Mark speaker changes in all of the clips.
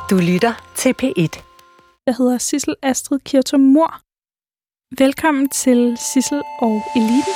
Speaker 1: Du lytter til P1.
Speaker 2: Jeg hedder Sissel Astrid Kirtum Mor. Velkommen til Sissel og Eliten.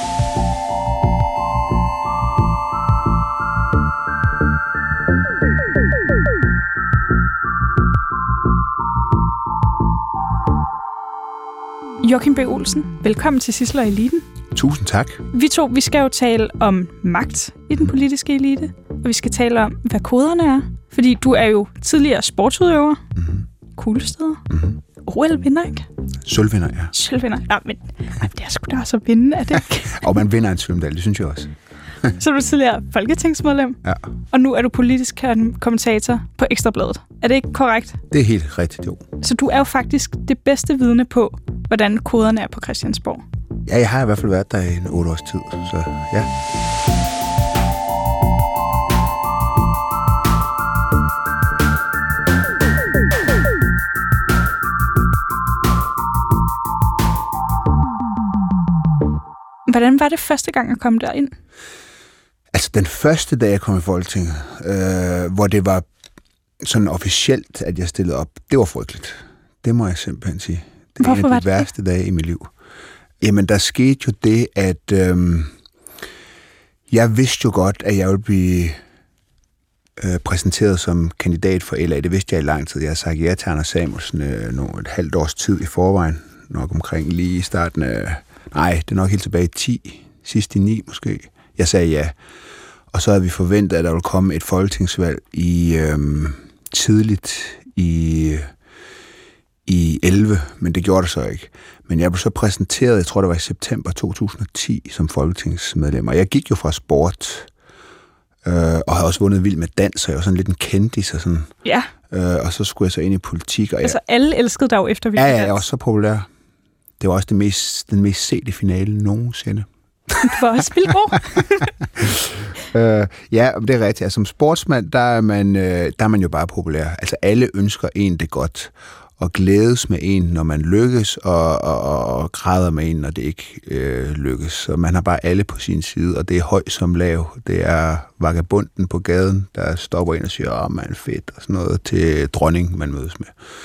Speaker 2: Joachim B. Olsen, velkommen til Sissel og Eliten.
Speaker 3: Tusind tak.
Speaker 2: Vi skal jo tale om magt i den politiske elite, og vi skal tale om, hvad koderne er. Fordi du er jo tidligere sportsudøver, kuglesteder, OL-vinder, ikke?
Speaker 3: Sølvvinder, ja.
Speaker 2: Sølvvinder. Ja, men det er sgu da også at vinde, er det ikke?
Speaker 3: Og man vinder en svømmedal, det synes jeg også.
Speaker 2: Så er du tidligere folketingsmedlem,
Speaker 3: ja.
Speaker 2: Og nu er du politisk kommentator på Ekstra Bladet. Er det ikke korrekt?
Speaker 3: Det er helt rigtigt, jo.
Speaker 2: Så du er jo faktisk det bedste vidne på, hvordan koderne er på Christiansborg.
Speaker 3: Ja, jeg har i hvert fald været der i 8 års tid, så ja.
Speaker 2: Hvordan var det første gang at komme derind?
Speaker 3: Altså den første dag, jeg kom i Folketinget, hvor det var sådan officielt, at jeg stillede op, det var frygteligt. Det må jeg simpelthen sige. Det er en af de værste dage i mit liv. Jamen, der skete jo det, at jeg vidste jo godt, at jeg ville blive præsenteret som kandidat for LA. Det vidste jeg i lang tid. Jeg har sagt ja til Anders Samuelsen et halvt års tid i forvejen. Nok omkring lige i starten af... Nej, det er nok helt tilbage i 10. Sidst i 9 måske. Jeg sagde ja. Og så havde vi forventet, at der ville komme et folketingsvalg i tidligt i 11, men det gjorde det så ikke. Men jeg blev så præsenteret, jeg tror det var i september 2010, som folketingsmedlem. Og jeg gik jo fra sport, og havde også vundet Vild med Dans, så jeg var sådan lidt en kendis og sådan.
Speaker 2: Ja.
Speaker 3: Og så skulle jeg så ind i politik. Og
Speaker 2: altså alle elskede dig jo efter Vild med Dans.
Speaker 3: Ja, jeg var så populær. Det var også den mest sete finale nogensinde.
Speaker 2: Du var også vildt god.
Speaker 3: Ja, det er rigtigt. Altså, som sportsmand, der er man jo bare populær. Altså alle ønsker en det godt, og glædes med en, når man lykkes, og græder med en, når det ikke lykkes. Så man har bare alle på sin side, og det er høj som lav. Det er vagabunden på gaden, der stopper ind og siger, man er fedt, og sådan noget, til dronning, man mødes med.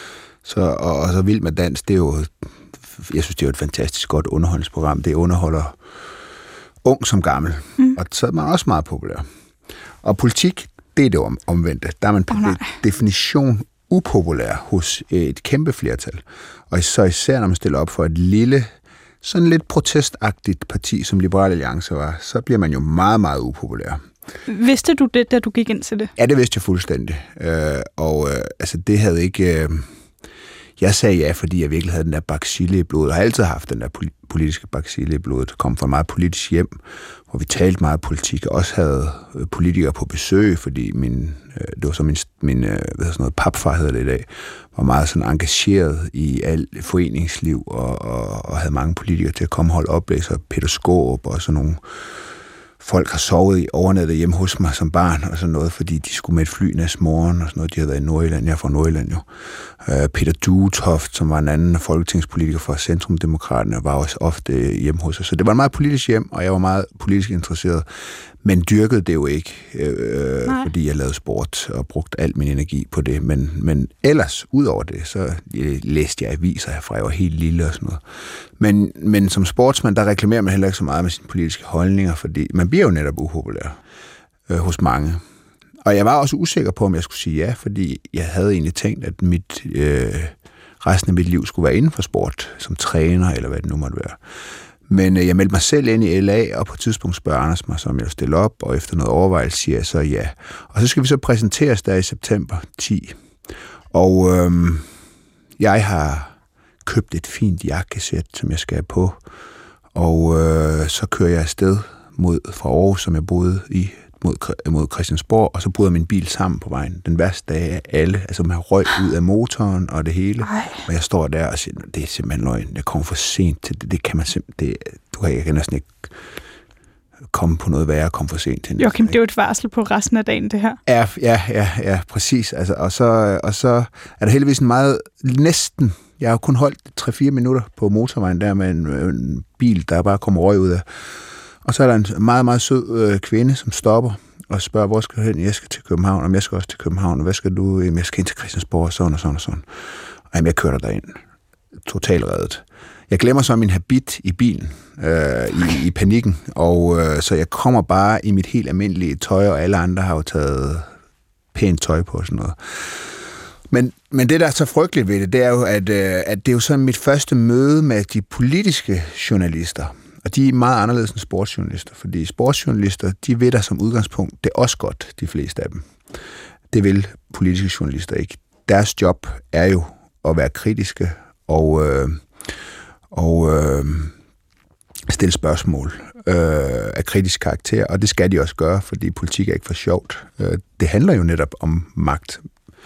Speaker 3: Og så Vild med Dans, det er jo... Jeg synes, det er et fantastisk godt underholdningsprogram. Det underholder ung som gammel. Og så er man også meget populær. Og politik, det er det omvendte. Der er man på definition upopulær hos et kæmpe flertal. Og så især, når man stiller op for et lille, sådan lidt protestagtigt parti, som Liberal Alliance var, så bliver man jo meget, meget upopulær.
Speaker 2: Vidste du det, da du gik ind til det?
Speaker 3: Ja, det vidste jeg fuldstændig. Altså, det havde ikke... Jeg sagde ja, fordi jeg virkelig havde den der bacille i blodet. Jeg har altid haft den der politiske bacille i blodet. Jeg kom fra et meget politisk hjem, hvor vi talte meget politik, og også havde politikere på besøg, fordi det var så min papfar hedder det i dag, var meget sådan engageret i alt foreningsliv, og havde mange politikere til at komme og holde oplæg, så Peter Skaarup og sådan nogle folk har sovet i overnattet hjemme hos mig som barn og sådan noget, fordi de skulle med et fly næste morgen og sådan noget. De havde været i Nordjylland. Jeg er fra Nordjylland jo. Peter Duetoft, som var en anden folketingspolitiker fra Centrumdemokraterne, var også ofte hjemme hos os. Så det var et meget politisk hjem, og jeg var meget politisk interesseret, men dyrkede det jo ikke, fordi jeg lavede sport og brugte al min energi på det. Men ellers, ud over det, så læste jeg aviser herfra. Jeg var helt lille og sådan noget. Men som sportsmand, der reklamerer man heller ikke så meget med sine politiske holdninger, fordi man bliver jo netop upopulær hos mange. Og jeg var også usikker på, om jeg skulle sige ja, fordi jeg havde egentlig tænkt, at resten af mit liv skulle være inden for sport, som træner, eller hvad det nu måtte være. Men jeg meldte mig selv ind i LA, og på et tidspunkt spørger Anders mig, om jeg vil stille op, og efter noget overvejelse siger jeg så ja. Og så skal vi så præsenteres der i september 10. Og jeg har købt et fint jakkesæt, som jeg skal have på, og så kører jeg afsted fra Aarhus, som jeg boede i, mod Christiansborg, og så bryder min bil sammen på vejen. Den værste dag af alle. Altså, man har røg ud af motoren og det hele. Og jeg står der og siger, det er simpelthen løgn. Jeg kommer for sent til det. Det kan man simpelthen... Jeg kan næsten ikke komme på noget værre at komme for sent til.
Speaker 2: Joachim, det er jo et varsel på resten af dagen, det her.
Speaker 3: Ja, præcis. Altså, og så er der heldigvis en meget... Næsten... Jeg har jo kun holdt 3-4 minutter på motorvejen der med en bil, der bare kommer røg ud af. Og så er der en meget, meget sød kvinde, som stopper og spørger, hvor skal du hen? Jeg skal til København, og jeg skal også til København, og hvad skal du? Jeg skal ind til Christiansborg, sådan og sådan og sådan. Og jamen, jeg kører dig derind. Totalt reddet. Jeg glemmer så min habit i bilen, i panikken, og så jeg kommer bare i mit helt almindelige tøj, og alle andre har jo taget pænt tøj på og sådan noget. Men det, der er så frygteligt ved det, det er jo, at det er jo sådan mit første møde med de politiske journalister. Og de er meget anderledes end sportsjournalister, fordi sportsjournalister, de ved der som udgangspunkt, det er også godt, de fleste af dem. Det vil politiske journalister ikke. Deres job er jo at være kritiske og stille spørgsmål af kritisk karakter, og det skal de også gøre, fordi politik er ikke for sjovt. Det handler jo netop om magt.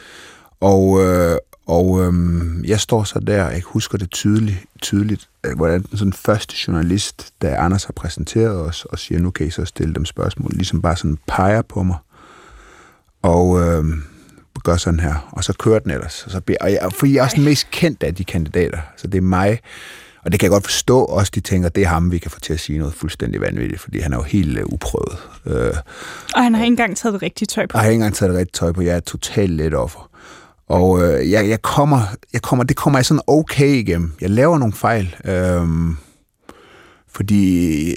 Speaker 3: Og jeg står så der, og jeg husker det tydeligt, hvordan sådan første journalist, da Anders har præsenteret os, og siger, nu kan I så stille dem spørgsmål, ligesom bare sådan peger på mig, og gør sådan her, og så kører den ellers. Og så fordi jeg er også den mest kendte af de kandidater, så det er mig, og det kan jeg godt forstå, også de tænker, det er ham, vi kan få til at sige noget fuldstændig vanvittigt, fordi han er jo helt uprøvet.
Speaker 2: Og han har ikke engang taget det rigtige tøj på.
Speaker 3: Og jeg har ikke engang taget det rigtige tøj på, jeg er totalt let offer. Og jeg kommer sådan okay igennem. Jeg laver nogle fejl, fordi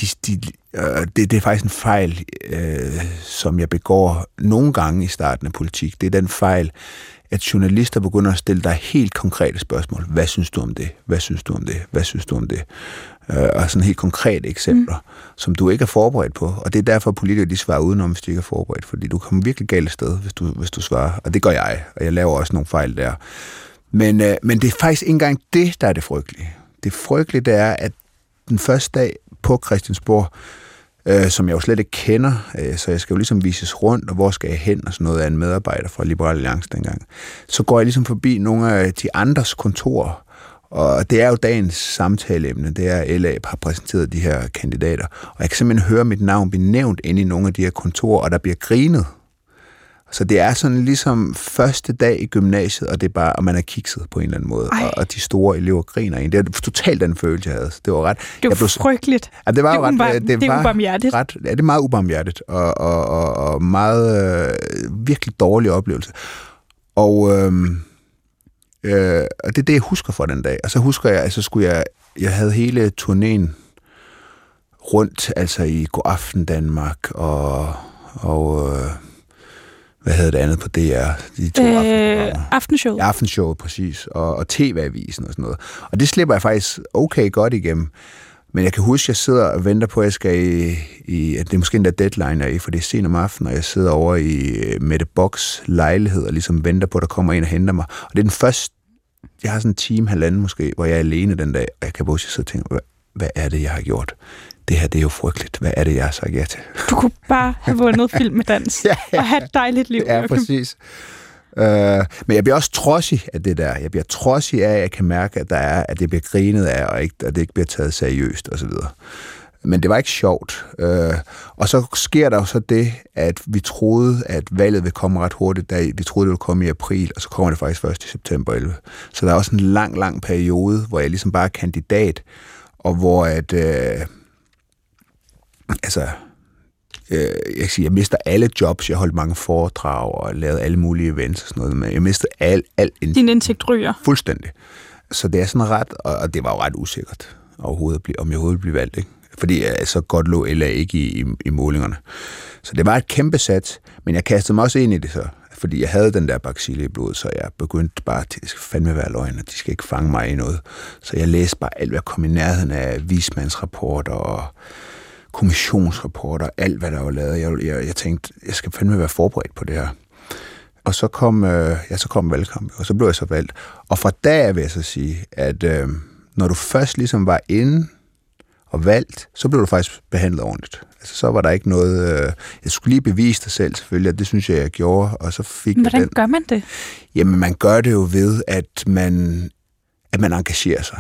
Speaker 3: det er faktisk en fejl, som jeg begår nogle gange i starten af politik. Det er den fejl, at journalister begynder at stille dig helt konkrete spørgsmål. Hvad synes du om det? Hvad synes du om det? Hvad synes du om det? Og sådan helt konkrete eksempler, som du ikke er forberedt på. Og det er derfor, politikere de svarer udenom, hvis de ikke er forberedt. Fordi du kommer virkelig galt sted, hvis du svarer. Og det gør jeg, og jeg laver også nogle fejl der. Men det er faktisk ikke engang det, der er det frygtelige. Det frygtelige, det er, at den første dag på Christiansborg, som jeg jo slet ikke kender, så jeg skal jo ligesom vises rundt, og hvor skal jeg hen, og sådan noget af en medarbejder fra Liberal Alliance dengang. Så går jeg ligesom forbi nogle af de andres kontorer, og det er jo dagens samtaleemne, det er, at LA har præsenteret de her kandidater, og jeg kan simpelthen høre mit navn blive nævnt inde i nogle af de her kontorer, og der bliver grinet. Så det er sådan ligesom første dag i gymnasiet, og det er bare, og man er kikset på en eller anden måde, og de store elever griner en. Det er totalt den følelse, jeg havde. Det var ret...
Speaker 2: Det var frygteligt.
Speaker 3: Ja, det var jo ret...
Speaker 2: Det er ubarmhjertigt.
Speaker 3: Ja, det er meget ubarmhjertigt, og meget virkelig dårlig oplevelse. Og det er det, jeg husker fra den dag. Og så husker jeg, altså jeg havde hele turnéen rundt, altså i God Aften Danmark, og hvad hedder det andet på DR? De to
Speaker 2: Aftenshowet.
Speaker 3: Aftenshowet, præcis. Og TV-avisen og sådan noget. Og det slipper jeg faktisk okay godt igennem. Men jeg kan huske, at jeg sidder og venter på, at jeg skal at det er måske en der deadline er i, for det er sent om aftenen, og jeg sidder over i Mette Boks lejlighed og ligesom venter på, at der kommer en og henter mig. Og det er den første, jeg har sådan en time, halvanden måske, hvor jeg er alene den dag, og jeg kan huske, at jeg sidder og tænker, hvad er det, jeg har gjort? Det her, det er jo frygteligt. Hvad er det, jeg har sagt ja til?
Speaker 2: Du kunne bare have vundet Film med Dans og have et dejligt liv.
Speaker 3: Ja, præcis. Men jeg bliver også trodsig af det der. Jeg bliver trodsig af, at jeg kan mærke, at det bliver grinet af, og det ikke bliver taget seriøst osv. Men det var ikke sjovt. Og så sker der jo så det, at vi troede, at valget ville komme ret hurtigt. Vi troede, det ville komme i april, og så kommer det faktisk først i september 11. Så der er også en lang periode, hvor jeg ligesom bare er kandidat, og hvor jeg kan sige, jeg mister alle jobs. Jeg holdt mange foredrag og lavede alle mulige events og sådan noget, men jeg mistede alt
Speaker 2: din indtægt ryger.
Speaker 3: Fuldstændig. Så det er sådan ret, og det var jo ret usikkert overhovedet, om jeg overhovedet blev valgt, ikke? Fordi så godt lå LA ikke i målingerne. Så det var et kæmpe sats, men jeg kastede mig også ind i det så, fordi jeg havde den der bacille i blodet, så jeg begyndte bare til, det skal fandme være løgn, og de skal ikke fange mig i noget. Så jeg læste bare alt, hvad kom i nærheden af vismandsrapporter og kommissionsrapporter, alt hvad der var lavet. Jeg tænkte, jeg skal fandme være forberedt på det her. Og så kom valgkamp, og så blev jeg så valgt. Og fra da vil jeg så sige, at når du først ligesom var inde og valgt, så blev du faktisk behandlet ordentligt. Altså, så var der ikke noget... jeg skulle lige bevise dig selv, selvfølgelig, og det synes jeg gjorde, og så fik
Speaker 2: jeg hvordan gør man det?
Speaker 3: Jamen, man gør det jo ved, at man engagerer sig.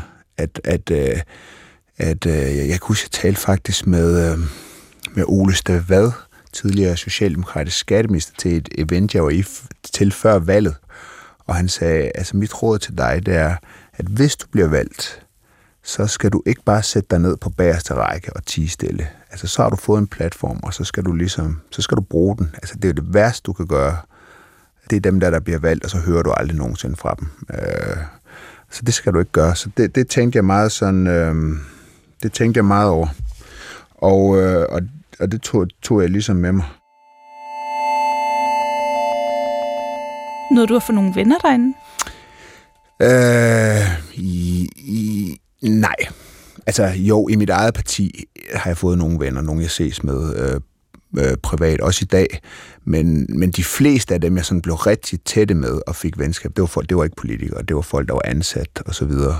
Speaker 3: Jeg kan huske, at jeg talte faktisk med Ole Stavad, tidligere socialdemokratisk skatteminister, til et event, jeg var til før valget. Og han sagde, altså mit råd til dig, det er, at hvis du bliver valgt, så skal du ikke bare sætte dig ned på bagerste række og tie stille. Altså, så har du fået en platform, og så skal du bruge den. Altså, det er det værste, du kan gøre. Det er dem, der bliver valgt, og så hører du aldrig nogensinde fra dem. Så det skal du ikke gøre. Så det tænkte jeg meget sådan, det tænkte jeg meget over. Og det tog jeg ligesom med mig.
Speaker 2: Nåede du at få nogle venner derinde?
Speaker 3: Nej. Altså jo, i mit eget parti har jeg fået nogle venner, nogle jeg ses med privat, også i dag. Men de fleste af dem, jeg sådan blev rigtig tætte med og fik venskab, det var ikke politikere, det var folk, der var ansat og så videre.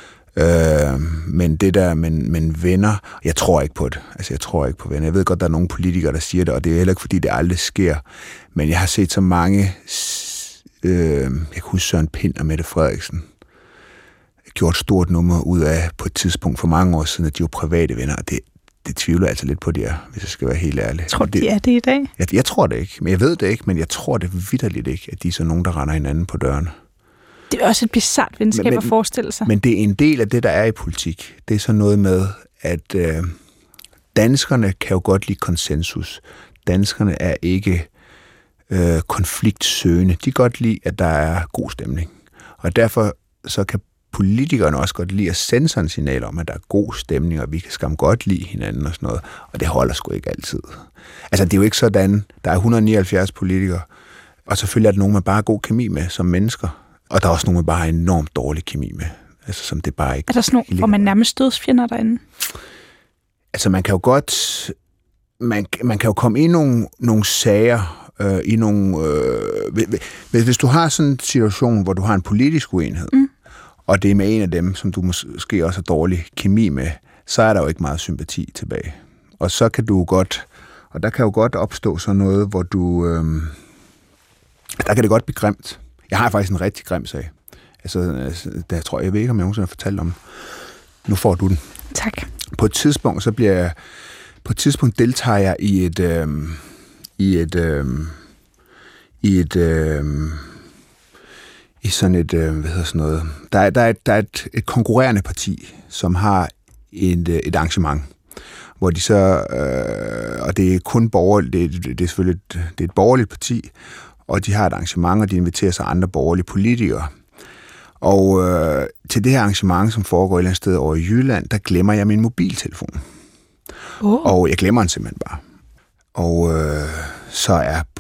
Speaker 3: Men venner, jeg tror ikke på det. Altså, jeg tror ikke på venner. Jeg ved godt, der er nogle politikere, der siger det, og det er heller ikke, fordi det aldrig sker. Men jeg har set så mange, jeg kan huske Søren Pind og Mette Frederiksen, gjort stort nummer ud af på et tidspunkt for mange år siden, at de var private venner, og det tvivler jeg altså lidt på, de er, hvis jeg skal være helt ærlig.
Speaker 2: Tror du, de er det i dag?
Speaker 3: Jeg tror det ikke, men jeg ved det ikke, men jeg tror det vitterligt ikke, at de er så nogen, der render hinanden på døren.
Speaker 2: Det er også et bizarrt venskab at forestille sig.
Speaker 3: Men det er en del af det, der er i politik. Det er så noget med, at danskerne kan jo godt lide konsensus. Danskerne er ikke konfliktsøgende. De kan godt lide, at der er god stemning. Og derfor så kan politikerne også godt lide at sende sådan en signal om, at der er god stemning, og vi kan skam godt lide hinanden og sådan noget. Og det holder sgu ikke altid. Altså, det er jo ikke sådan, der er 179 politikere, og selvfølgelig er der nogen, man bare har god kemi med som mennesker. Og der er også nogen, man bare har enormt dårlig kemi med. Altså, som det bare ikke...
Speaker 2: Er der sådan nogle, hvor man nærmest dødsfjender derinde?
Speaker 3: Altså, man kan jo godt... Man kan jo komme i nogle sager, i nogle... Hvis du har sådan en situation, hvor du har en politisk uenighed, og det er med en af dem, som du måske også har dårlig kemi med, så er der jo ikke meget sympati tilbage. Og så kan du godt... Og der kan jo godt opstå sådan noget, hvor du... Der kan det godt blive grimt. Jeg har faktisk en rigtig grim sag. Altså, jeg ved ikke, om jeg nogensinde har fortalt om. Nu får du den.
Speaker 2: Tak.
Speaker 3: På et tidspunkt, deltager jeg i sådan et, hvad hedder sådan noget. Der er et konkurrerende parti, som har et arrangement, hvor de så, og det er kun borgerligt, det er selvfølgelig det er et borgerligt parti, og de har et arrangement, og de inviterer sig andre borgerlige politikere. Og til det her arrangement, som foregår et eller andet sted over i Jylland, der glemmer jeg min mobiltelefon. Og jeg glemmer den simpelthen bare. Og så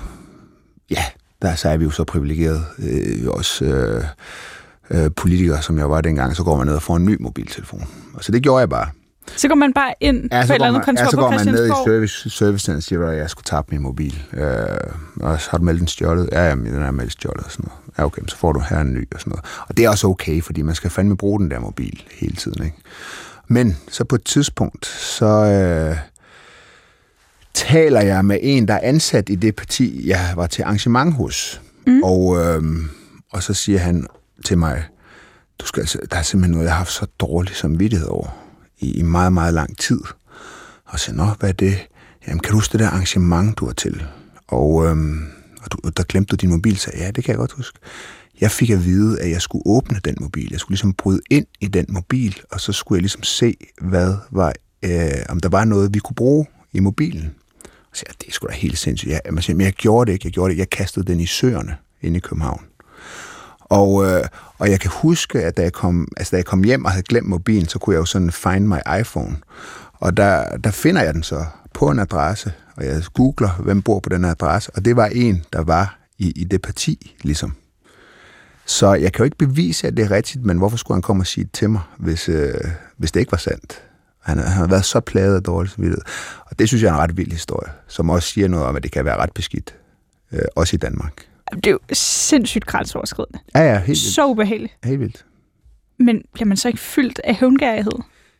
Speaker 3: er vi jo så privilegeret, også politikere, som jeg var dengang, så går man ned og får en ny mobiltelefon. Og så det gjorde jeg bare.
Speaker 2: Så går man bare ind på et eller andet kontor på Christiansborg? Så går man ned i servicen og siger, at jeg skulle tabe min mobil. Og så har du meldt den stjålet? Ja, den er meldt stjålet og sådan noget. Ja, okay, så får du her en ny og sådan noget. Og det er også okay, fordi man skal fandme bruge den der mobil hele tiden, ikke? Men så på et tidspunkt, så taler jeg med en, der er ansat i det parti, jeg var til arrangement hos. Og så siger han til mig, der er simpelthen noget, jeg har haft så dårlig samvittighed over i meget, meget lang tid. Og så siger, hvad er det? Jamen, kan du huske det der arrangement, du var til? Og der glemte du din mobil, så ja, det kan jeg godt huske. Jeg fik at vide, at jeg skulle åbne den mobil. Jeg skulle ligesom bryde ind i den mobil, og så skulle jeg ligesom se, om der var noget, vi kunne bruge i mobilen. Og så det er sgu da helt sindssygt. Men jeg gjorde det ikke. Jeg kastede den i søerne inde i København. Og jeg kan huske, at da jeg kom hjem og havde glemt mobilen, så kunne jeg jo sådan find my iPhone. Og der finder jeg den så på en adresse, og jeg googler, hvem bor på den adresse, og det var en, der var i det parti, ligesom. Så jeg kan jo ikke bevise, at det er rigtigt, men hvorfor skulle han komme og sige det til mig, hvis det ikke var sandt? Han har været så plaget af dårligt samvittighed. Og det synes jeg er en ret vild historie, som også siger noget om, at det kan være ret beskidt, også i Danmark. Det er jo sindssygt grænseoverskridende.
Speaker 3: Ja, helt vildt.
Speaker 2: Så ubehageligt.
Speaker 3: Helt vildt.
Speaker 2: Men bliver man så ikke fyldt af hævngærighed?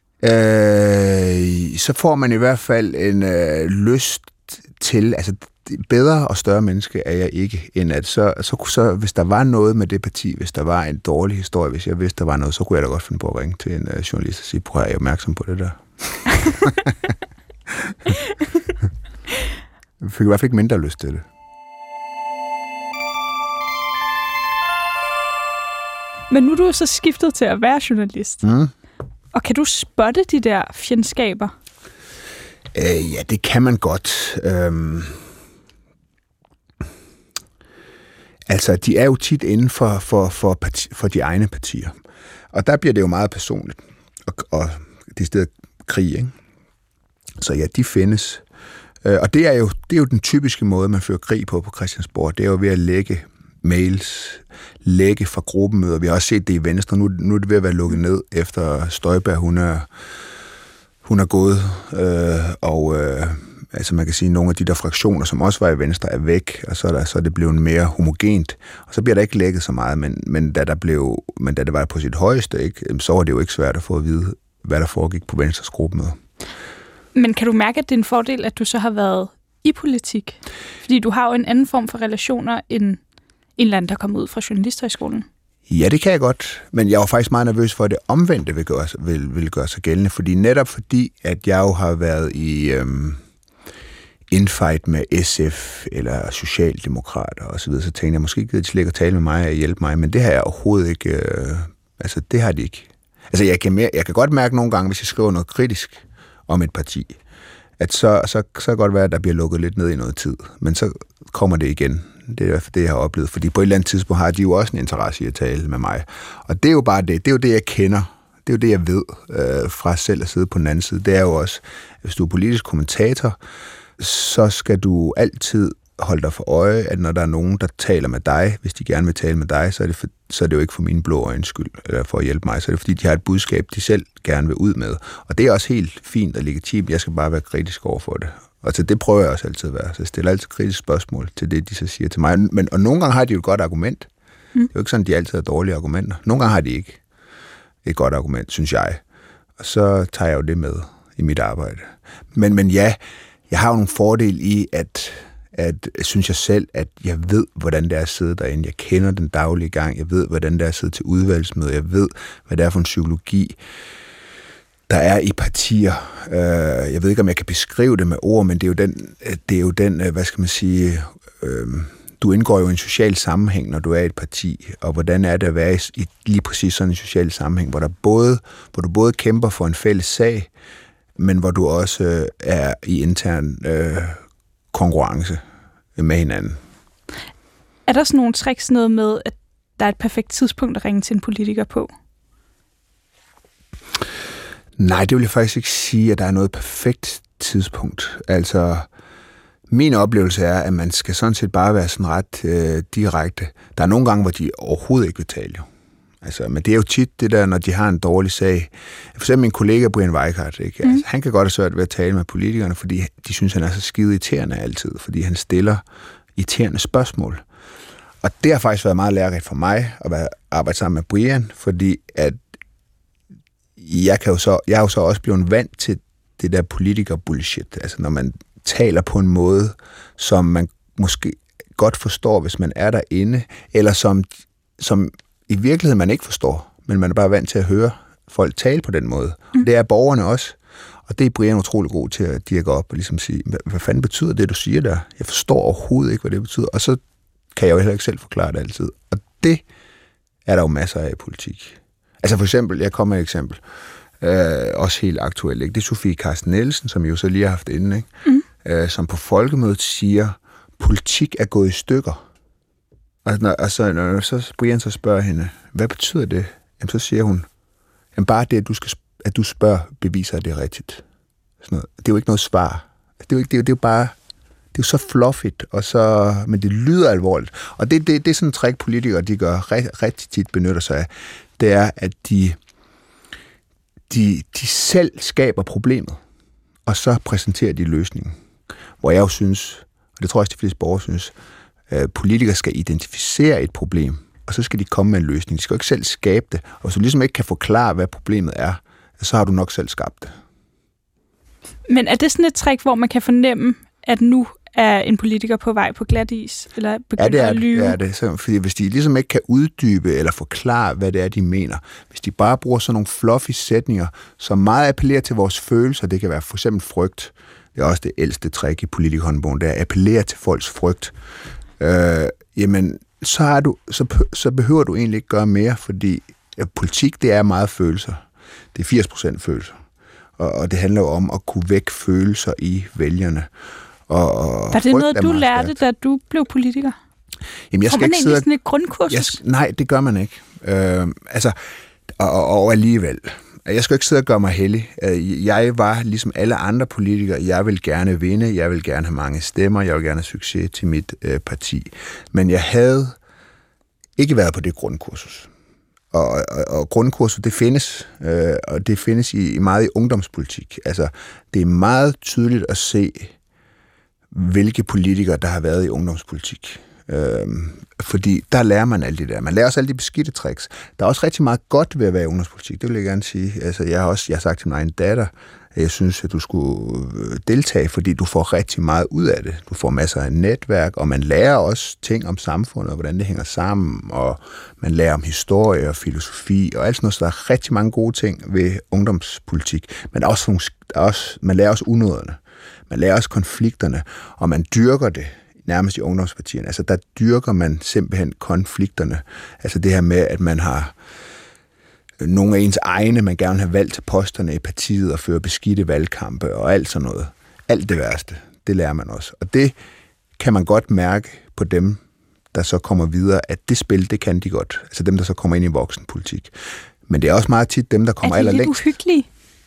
Speaker 3: Så får man i hvert fald en lyst til, altså bedre og større menneske er jeg ikke, end at så hvis der var noget med det parti, hvis der var en dårlig historie, hvis jeg vidste, der var noget, så kunne jeg da godt finde på at ringe til en journalist og sige, prøv at jeg er opmærksom på det der. Jeg fik i hvert fald ikke mindre lyst til det.
Speaker 2: Men nu er du så skiftet til at være journalist.
Speaker 1: Og kan du spotte de der fjendskaber?
Speaker 3: Ja, det kan man godt. Altså, de er jo tit inden for de egne partier. Og der bliver det jo meget personligt. Og det er stedet krig, ikke? Så ja, de findes. Og det er jo den typiske måde, man fører krig på Christiansborg. Det er jo ved at lægge mails, lægge fra gruppemøder. Vi har også set det i Venstre. Nu er det ved at være lukket ned, efter Støjberg, hun er gået. Altså man kan sige, at nogle af de der fraktioner, som også var i Venstre, er væk, og så er det blevet mere homogent. Og så bliver der ikke lækket så meget, men da det var på sit højeste, ikke, så var det jo ikke svært at få at vide, hvad der foregik på Venstres gruppemøder. Men
Speaker 1: kan du mærke, at det er en fordel, at du så har været i politik? Fordi du har jo en anden form for relationer end en eller anden, der kommer ud fra journalisthøjskolen.
Speaker 3: Ja, det kan jeg godt, men jeg var faktisk meget nervøs for, at det omvendte vil gøre sig gældende, fordi at jeg jo har været i infight med SF eller Socialdemokrater og så videre, så tænkte jeg, måske gider de slet ikke at tale med mig og hjælpe mig, men det har jeg overhovedet ikke, det har de ikke. Altså jeg kan godt mærke nogle gange, hvis jeg skriver noget kritisk om et parti, at så kan det godt være, at der bliver lukket lidt ned i noget tid, men så kommer det igen. Det er i hvert fald det, jeg har oplevet, fordi på et eller andet tidspunkt har de jo også en interesse i at tale med mig. Og det er jo bare det. Det er jo det, jeg kender. Det er jo det, jeg ved fra selv at sidde på den anden side. Det er jo også, hvis du er politisk kommentator, så skal du altid holde dig for øje, at når der er nogen, der taler med dig, hvis de gerne vil tale med dig, så er det jo ikke for mine blå øjnes skyld, eller for at hjælpe mig, så er det fordi, de har et budskab, de selv gerne vil ud med. Og det er også helt fint og legitimt. Jeg skal bare være kritisk over for det. Og til det prøver jeg også altid at være. Så jeg stiller altid kritiske spørgsmål til det, de så siger til mig. Og nogle gange har de jo et godt argument. Det er jo ikke sådan, de altid har dårlige argumenter. Nogle gange har de ikke et godt argument, synes jeg. Og så tager jeg jo det med i mit arbejde. Men ja, jeg har jo nogle fordele i, at synes jeg selv, at jeg ved, hvordan det er at sidde derinde. Jeg kender den daglige gang. Jeg ved, hvordan det er at sidde til udvalgsmøder. Jeg ved, hvad det er for en psykologi, der er i partier. Jeg ved ikke, om jeg kan beskrive det med ord, men det er jo den, hvad skal man sige, du indgår jo i en social sammenhæng, når du er i et parti, og hvordan er det at være i lige præcis sådan en social sammenhæng, hvor du både kæmper for en fælles sag, men hvor du også er i intern konkurrence med hinanden.
Speaker 1: Er der sådan nogle tricks noget med, at der er et perfekt tidspunkt at ringe til en politiker på?
Speaker 3: Nej, det vil jeg faktisk ikke sige, at der er noget perfekt tidspunkt. Altså, min oplevelse er, at man skal sådan set bare være sådan ret direkte. Der er nogle gange, hvor de overhovedet ikke vil tale. Jo. Altså, men det er jo tit det der, når de har en dårlig sag. For eksempel min kollega Brian Weikart, ikke? Altså, han kan godt have svært ved at tale med politikerne, fordi de synes, han er så skide irriterende altid, fordi han stiller irriterende spørgsmål. Og det har faktisk været meget lærerigt for mig at arbejde sammen med Brian, fordi at jeg er jo så også blevet vant til det der politiker-bullshit. Altså når man taler på en måde, som man måske godt forstår, hvis man er derinde, eller som i virkeligheden man ikke forstår, men man er bare vant til at høre folk tale på den måde. Og det er borgerne også. Og det er Brian utrolig god til at dirke op og ligesom sige, hvad fanden betyder det, du siger der? Jeg forstår overhovedet ikke, hvad det betyder. Og så kan jeg jo heller ikke selv forklare det altid. Og det er der jo masser af i politik. Altså for eksempel, jeg kommer med et eksempel, også helt aktuelt, ikke? Det er Sofie Carsten Nielsen, som jo så lige har haft inde, ikke? Som på folkemødet siger, politik er gået i stykker. Og når så Brian så spørger hende, hvad betyder det? Jamen så siger hun, jamen bare det, at du spørger, beviser, at det er rigtigt. Sådan noget. Det er jo ikke noget svar. Det er jo bare, det er jo så fluffigt, men det lyder alvorligt. Og det er sådan en trick, politikere de gør rigtig tit benytter sig af. Det er, at de selv skaber problemet, og så præsenterer de løsningen. Hvor jeg jo synes, og det tror jeg også de fleste borgere synes, politikere skal identificere et problem, og så skal de komme med en løsning. De skal jo ikke selv skabe det. Og hvis du ligesom ikke kan forklare, hvad problemet er, så har du nok selv skabt det.
Speaker 1: Men er det sådan et trick, hvor man kan fornemme, at nu er en politiker på vej på glatis, eller begynder at lyve?
Speaker 3: Ja, det er det. Fordi hvis de ligesom ikke kan uddybe eller forklare, hvad det er, de mener, hvis de bare bruger sådan nogle fluffy sætninger, som meget appellerer til vores følelser, det kan være for eksempel frygt, det er også det ældste trick i politikerhåndbogen, det er at appellere til folks frygt, jamen, så behøver du egentlig ikke gøre mere, fordi politik, det er meget følelser.
Speaker 2: Det er 80% følelser. Og det handler jo om at kunne vække følelser i vælgerne. Og
Speaker 1: var det noget, du lærte, da du blev politiker?
Speaker 2: Jamen, jeg skal ikke
Speaker 1: sidde sådan et grundkursus?
Speaker 2: Nej, det gør man ikke. Og alligevel. Jeg skal ikke sidde og gøre mig heldig. Jeg var ligesom alle andre politikere. Jeg vil gerne vinde. Jeg vil gerne have mange stemmer. Jeg vil gerne have succes til mit parti. Men jeg havde ikke været på det grundkursus. Og grundkurset, det findes. Og det findes i meget i ungdomspolitik. Altså, det er meget tydeligt at se, hvilke politikere, der har været i ungdomspolitik. Fordi der lærer man alt det der. Man lærer også alle de beskidte tricks. Der er også rigtig meget godt ved at være i ungdomspolitik. Det vil jeg gerne sige. Altså, jeg har sagt til min egen datter, at jeg synes, at du skulle deltage, fordi du får rigtig meget ud af det. Du får masser af netværk, og man lærer også ting om samfundet, og hvordan det hænger sammen, og man lærer om historie og filosofi, og alt sådan noget. Så der er rigtig mange gode ting ved ungdomspolitik. Men man lærer også unåderne. Man lærer også konflikterne, og man dyrker det nærmest i ungdomspartierne. Altså, der dyrker man simpelthen konflikterne. Altså det her med, at man har nogle af ens egne, man gerne vil have valgt til posterne i partiet og føre beskidte valgkampe og alt sådan noget. Alt det værste, det lærer man også. Og det kan man godt mærke på dem, der så kommer videre, at det spil, det kan de godt. Altså dem, der så kommer ind i voksenpolitik. Men det er også meget tit dem, der kommer allerlængst.
Speaker 1: Er det lidt uhyggeligt?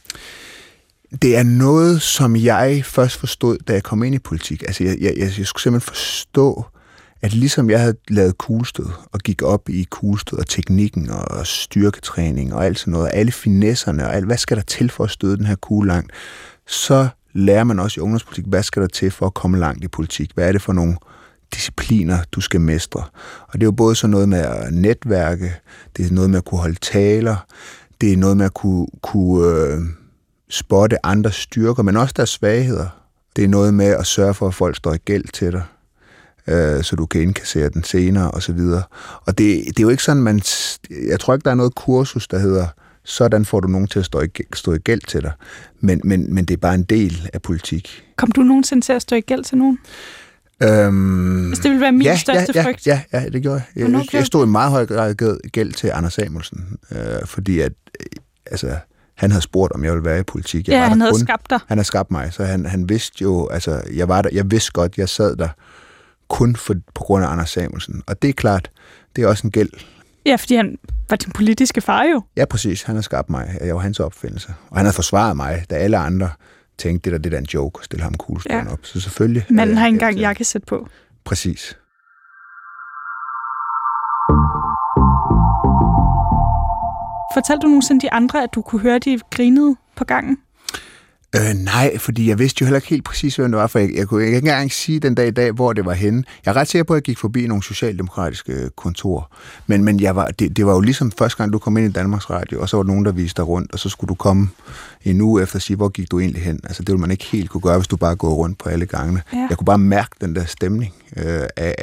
Speaker 2: Det er noget, som jeg først forstod, da jeg kom ind i politik. Altså, jeg skulle simpelthen forstå, at ligesom jeg havde lavet kuglestød, og gik op i kuglestød og teknikken og styrketræning og alt sådan noget, alle finesserne og alt, hvad skal der til for at støde den her kugle langt, så lærer man også i ungdomspolitik, hvad skal der til for at komme langt i politik? Hvad er det for nogle discipliner, du skal mestre? Og det er jo både sådan noget med at netværke, det er noget med at kunne holde taler, det er noget med at kunne spotte andres styrker, men også deres svagheder. Det er noget med at sørge for, at folk står i gæld til dig, så du kan indkassere den senere, og så videre. Og det er jo ikke sådan, jeg tror ikke, der er noget kursus, der hedder, sådan får du nogen til at stå i gæld til dig. Men det er bare en del af politik.
Speaker 1: Kom du nogensinde til at stå i gæld til nogen? Hvis det ville være min største frygt.
Speaker 2: Ja, det gjorde jeg. Jeg stod i meget høj grad gæld til Anders Samuelsen, fordi at, altså, han havde spurgt, om jeg ville være i politik.
Speaker 1: Han havde skabt dig.
Speaker 2: Han havde skabt mig, så han vidste jo, altså, jeg var der, jeg vidste godt, jeg sad der kun på grund af Anders Samuelsen. Og det er klart, det er også en gæld.
Speaker 1: Ja, fordi han var din politiske far jo.
Speaker 2: Ja, præcis. Han havde skabt mig. Jeg var hans opfindelse. Og han havde forsvaret mig, da alle andre tænkte, det er en joke at stille ham kuglestøden op. Så selvfølgelig.
Speaker 1: Manden har engang jakkesæt på.
Speaker 2: Præcis.
Speaker 1: Fortalte du nogensinde de andre, at du kunne høre, de grinede på gangen?
Speaker 2: Nej, fordi jeg vidste jo heller ikke helt præcis, hvem det var, for jeg kunne ikke engang sige den dag i dag, hvor det var henne. Jeg er ret sikker på, at jeg gik forbi nogle socialdemokratiske kontorer, men det var jo ligesom første gang, du kom ind i Danmarks Radio, og så var der nogen, der viste dig rundt, og så skulle du komme en uge efter og sige, hvor gik du egentlig hen? Altså det ville man ikke helt kunne gøre, hvis du bare går rundt på alle gangene. Ja. Jeg kunne bare mærke den der stemning af,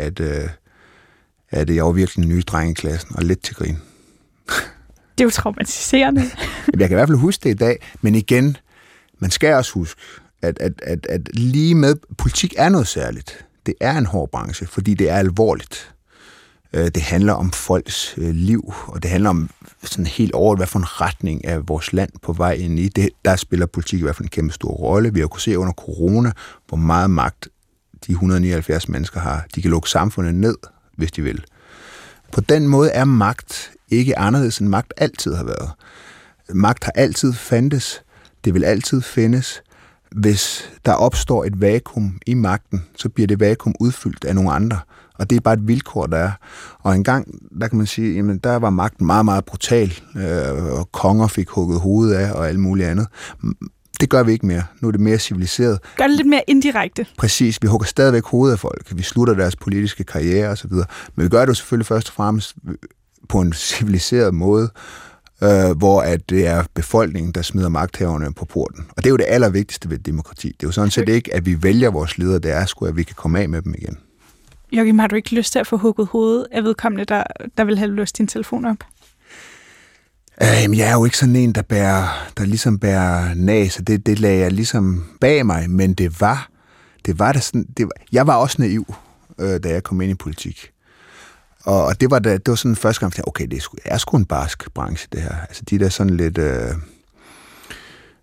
Speaker 2: at jeg var virkelig en ny dreng i klassen, og lidt til grin.
Speaker 1: Det er jo traumatiserende.
Speaker 2: Jeg kan i hvert fald huske det i dag, men igen, man skal også huske, at lige med politik er noget særligt. Det er en hård branche, fordi det er alvorligt. Det handler om folks liv, og det handler om sådan helt over, hvad for en retning er vores land på vej ind i. Der spiller politik i hvert fald en kæmpe stor rolle. Vi har kunnet se under corona, hvor meget magt de 179 mennesker har. De kan lukke samfundet ned, hvis de vil. På den måde er magt ikke anderledes, end magt altid har været. Magt har altid fandtes. Det vil altid findes. Hvis der opstår et vakuum i magten, så bliver det vakuum udfyldt af nogle andre. Og det er bare et vilkår, der er. Og engang, der kan man sige, jamen der var magten meget, meget brutal, og konger fik hugget hovedet af, og alt muligt andet. Det gør vi ikke mere. Nu er det mere civiliseret.
Speaker 1: Gør det lidt mere indirekte.
Speaker 2: Præcis. Vi hugger stadigvæk hovedet af folk. Vi slutter deres politiske karriere osv. Men vi gør det jo selvfølgelig først og fremmest på en civiliseret måde, hvor at det er befolkningen, der smider magthaverne på porten. Og det er jo det allervigtigste ved demokrati. Det er jo sådan set ikke, at vi vælger vores ledere, det er sgu, at vi kan komme af med dem igen.
Speaker 1: Joachim, har du ikke lyst til at få hugget hovedet af vedkommende, der vil have låst din telefon op?
Speaker 2: Jeg er jo ikke sådan en, der ligesom bærer næse. Det lagde jeg ligesom bag mig, men det var da sådan, jeg var også naiv, da jeg kom ind i politik. Og det var sådan første gang, okay, det er sgu en barsk branche, det her. Altså de der sådan lidt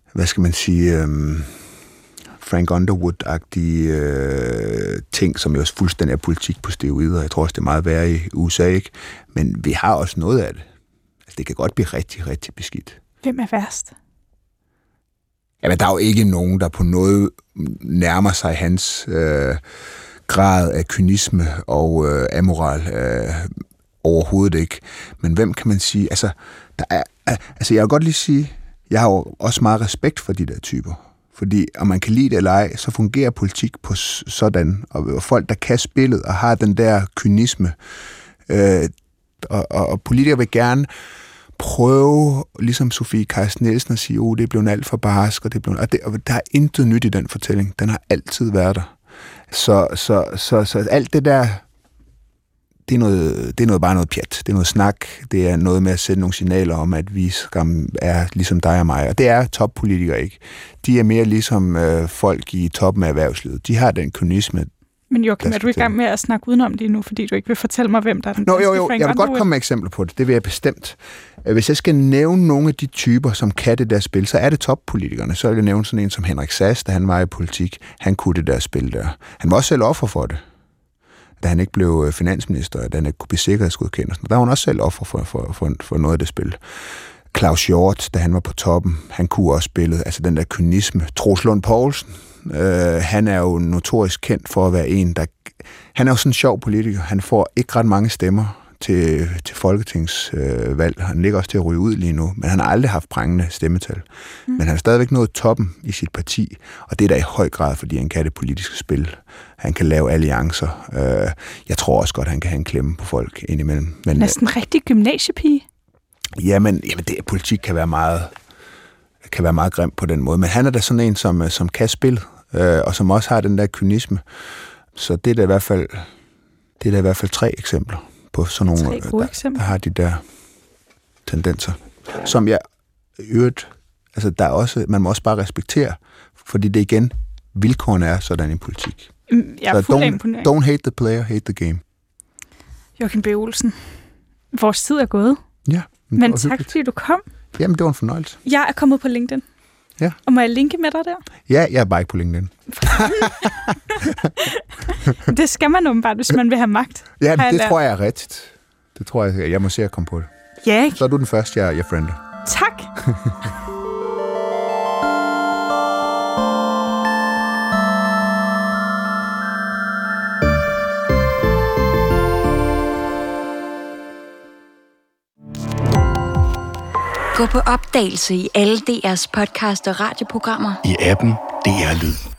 Speaker 2: hvad skal man sige, Frank Underwood-agtige ting, som jo også fuldstændig er politik på steroider. Jeg tror også, det er meget værre i USA, ikke? Men vi har også noget af det. Altså, det kan godt blive rigtig, rigtig beskidt.
Speaker 1: Hvem er værst?
Speaker 2: Jamen, der er jo ikke nogen, der på noget nærmer sig hans grad af kynisme og amoral overhovedet ikke. Men hvem kan man sige? Altså, jeg vil godt lige sige, jeg har jo også meget respekt for de der typer. Fordi om man kan lide det eller ej, så fungerer politik på sådan. Og folk, der kan spillet og har den der kynisme. Og politikere vil gerne prøve, ligesom Sofie Carsten Nielsen, at sige, det er blevet alt for barsk, og der er intet nyt i den fortælling. Den har altid været der. Så alt det der, det er bare noget pjat. Det er noget snak. Det er noget med at sætte nogle signaler om, at vi er ligesom dig og mig. Og det er toppolitikere ikke. De er mere ligesom folk i toppen af erhvervslivet. De har den kynisme.
Speaker 1: Men Joachim, er du i gang med at snakke udenom lige nu, fordi du ikke vil fortælle mig, hvem der er den danske
Speaker 2: Jo, jeg vil godt komme med eksempler på det. Det vil jeg bestemt. Hvis jeg skal nævne nogle af de typer, som kan det der spil, så er det toppolitikerne. Så vil jeg nævne sådan en som Henrik Sass, da han var i politik. Han kunne det der spil der. Han var også selv offer for det. Da han ikke blev finansminister, da han ikke kunne blive sikkerhedsgodkendt. Der var han også selv offer for noget af det spil. Claus Hjort, da han var på toppen, han kunne også spillet, altså den der kynisme. Troels Lund Poulsen, han er jo notorisk kendt for at være en, der... Han er jo sådan en sjov politiker. Han får ikke ret mange stemmer til folketingsvalg. Han ligger også til at ryge ud lige nu, men han har aldrig haft prangende stemmetal. Men han har stadigvæk nået toppen i sit parti, og det er da i høj grad, fordi han kan det politiske spil. Han kan lave alliancer. Jeg tror også godt, han kan have en klemme på folk indimellem. Men,
Speaker 1: næsten en rigtig gymnasiepige.
Speaker 2: Jamen politik kan være meget grimt på den måde, men han er da sådan en, som kan spille, og som også har den der kynisme. Så det er da i hvert fald 3 eksempler på sådan nogle, der har de der tendenser. Som jeg øvrigt, altså der er også, man må også bare respektere, fordi det igen, vilkårene er sådan i politik.
Speaker 1: Jeg er fuldt imponeret.
Speaker 2: Don't hate the player, hate the game.
Speaker 1: Joachim B. Olsen, vores tid er gået.
Speaker 2: Ja.
Speaker 1: Men tak, fordi du kom.
Speaker 2: Jamen, det var en fornøjelse.
Speaker 1: Jeg er kommet på LinkedIn.
Speaker 2: Ja.
Speaker 1: Og må jeg linke med dig der?
Speaker 2: Ja, jeg er bare ikke på LinkedIn.
Speaker 1: Det skal man åbenbart, hvis man vil have magt.
Speaker 2: Ja, det tror jeg er rigtigt. Det tror jeg må se at komme på det.
Speaker 1: Ja, ikke?
Speaker 2: Så er du den første, jeg friender.
Speaker 1: Tak.
Speaker 4: Gå på opdagelse i alle DR's podcast og radioprogrammer.
Speaker 5: I appen DR Lyd.